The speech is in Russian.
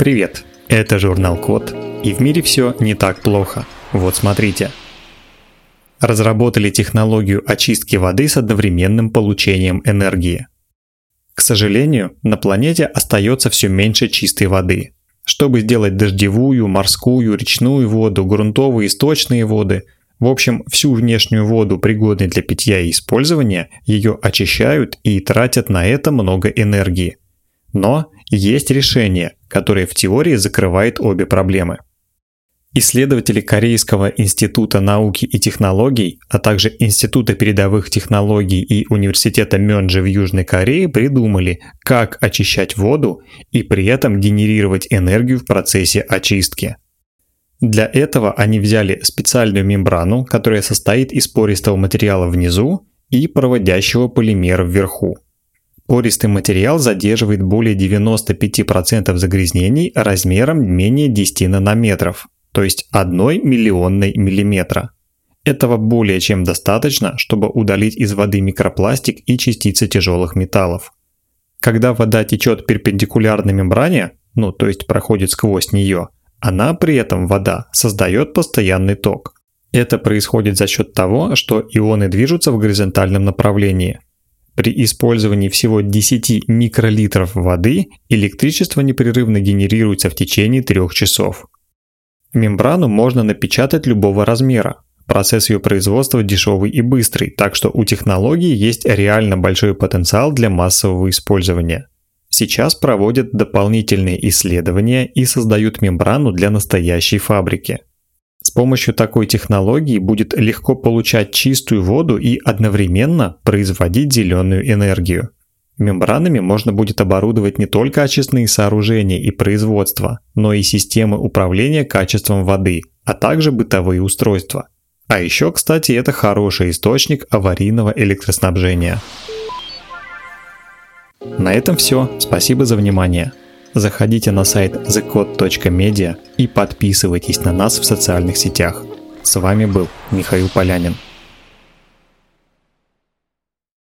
Привет, это журнал Код, и в мире все не так плохо. Вот смотрите. Разработали технологию очистки воды с одновременным получением энергии. К сожалению, на планете остается все меньше чистой воды. Чтобы сделать дождевую, морскую, речную воду, грунтовые, источные воды, в общем, всю внешнюю воду, пригодную для питья и использования, ее очищают и тратят на это много энергии. Но есть решение, которое в теории закрывает обе проблемы. Исследователи Корейского института науки и технологий, а также Института передовых технологий и Университета Мёнджи в Южной Корее придумали, как очищать воду и при этом генерировать энергию в процессе очистки. Для этого они взяли специальную мембрану, которая состоит из пористого материала внизу и проводящего полимера вверху. Пористый материал задерживает более 95% загрязнений размером менее 10 нанометров, то есть 1 миллионной миллиметра. Этого более чем достаточно, чтобы удалить из воды микропластик и частицы тяжелых металлов. Когда вода течет перпендикулярно мембране, то есть проходит сквозь нее, она при этом, вода, создает постоянный ток. Это происходит за счет того, что ионы движутся в горизонтальном направлении. При использовании всего 10 микролитров воды электричество непрерывно генерируется в течение 3 часов. Мембрану можно напечатать любого размера. Процесс ее производства дешевый и быстрый, так что у технологии есть реально большой потенциал для массового использования. Сейчас проводят дополнительные исследования и создают мембрану для настоящей фабрики. С помощью такой технологии будет легко получать чистую воду и одновременно производить зеленую энергию. Мембранами можно будет оборудовать не только очистные сооружения и производство, но и системы управления качеством воды, а также бытовые устройства. А еще, кстати, это хороший источник аварийного электроснабжения. На этом все. Спасибо за внимание. Заходите на сайт thecode.media и подписывайтесь на нас в социальных сетях. С вами был Михаил Полянин.